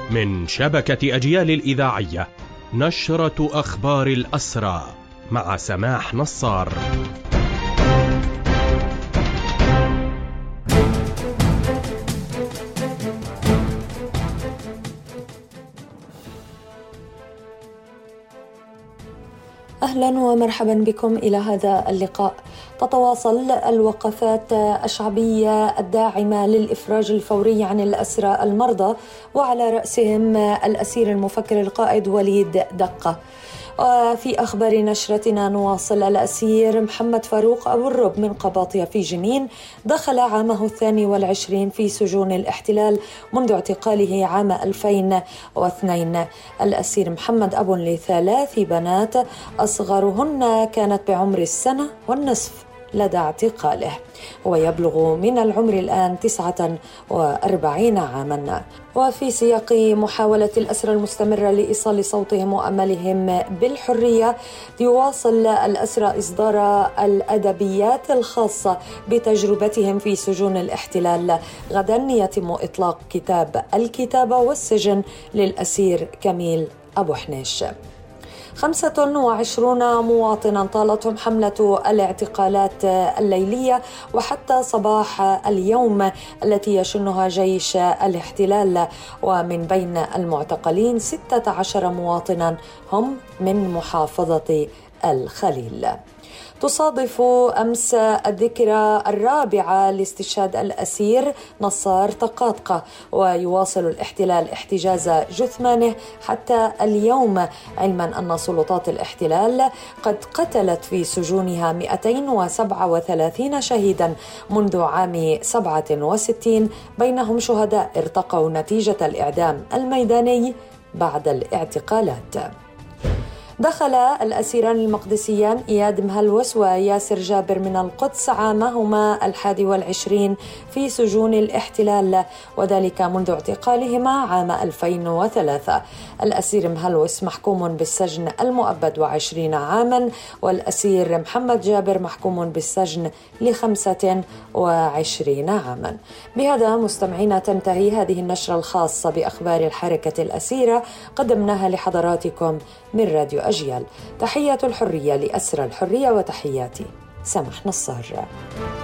من شبكة أجيال الإذاعية، نشرة أخبار الأسرى مع سماح نصار. أهلا ومرحبا بكم إلى هذا اللقاء. تتواصل الوقفات الشعبية الداعمة للإفراج الفوري عن الأسرى المرضى، وعلى رأسهم الأسير المفكر القائد وليد دقة. وفي أخبار نشرتنا نواصل. الأسير محمد فاروق أبو الرب من قباطية في جنين دخل عامه 22 في سجون الاحتلال منذ اعتقاله عام 2002. الأسير محمد أب ل3 بنات، أصغرهن كانت بعمر 1.5 سنة لدى اعتقاله، ويبلغ من العمر الآن 49 عاما. وفي سياق محاولة الأسرى المستمرة لإيصال صوتهم وأملهم بالحرية، يواصل الأسرى إصدار الأدبيات الخاصة بتجربتهم في سجون الاحتلال. غدا يتم إطلاق كتاب الكتابة والسجن للأسير كميل أبو حنيش. 25 مواطنا طالتهم حملة الاعتقالات الليلية وحتى صباح اليوم التي يشنها جيش الاحتلال، ومن بين المعتقلين 16 مواطنا هم من محافظة الخليل. تصادف أمس الذكرى 4 لاستشهاد الأسير نصار طقاطقة، ويواصل الاحتلال احتجاز جثمانه حتى اليوم، علما أن سلطات الاحتلال قد قتلت في سجونها 237 شهيدا منذ عام 67، بينهم شهداء ارتقوا نتيجة الإعدام الميداني بعد الاعتقالات. دخل الأسيران المقدسيان إياد مهلوس وياسر جابر من القدس عامهما 21 في سجون الاحتلال، وذلك منذ اعتقالهما عام 2003. الأسير مهلوس محكوم بالسجن المؤبد 20 عاما، والأسير محمد جابر محكوم بالسجن 25 عاما. بهذا مستمعينا تنتهي هذه النشرة الخاصة بأخبار الحركة الأسيرة، قدمناها لحضراتكم من راديو أجيال. تحية الحرية لأسرى الحرية، وتحياتي سماح نصار.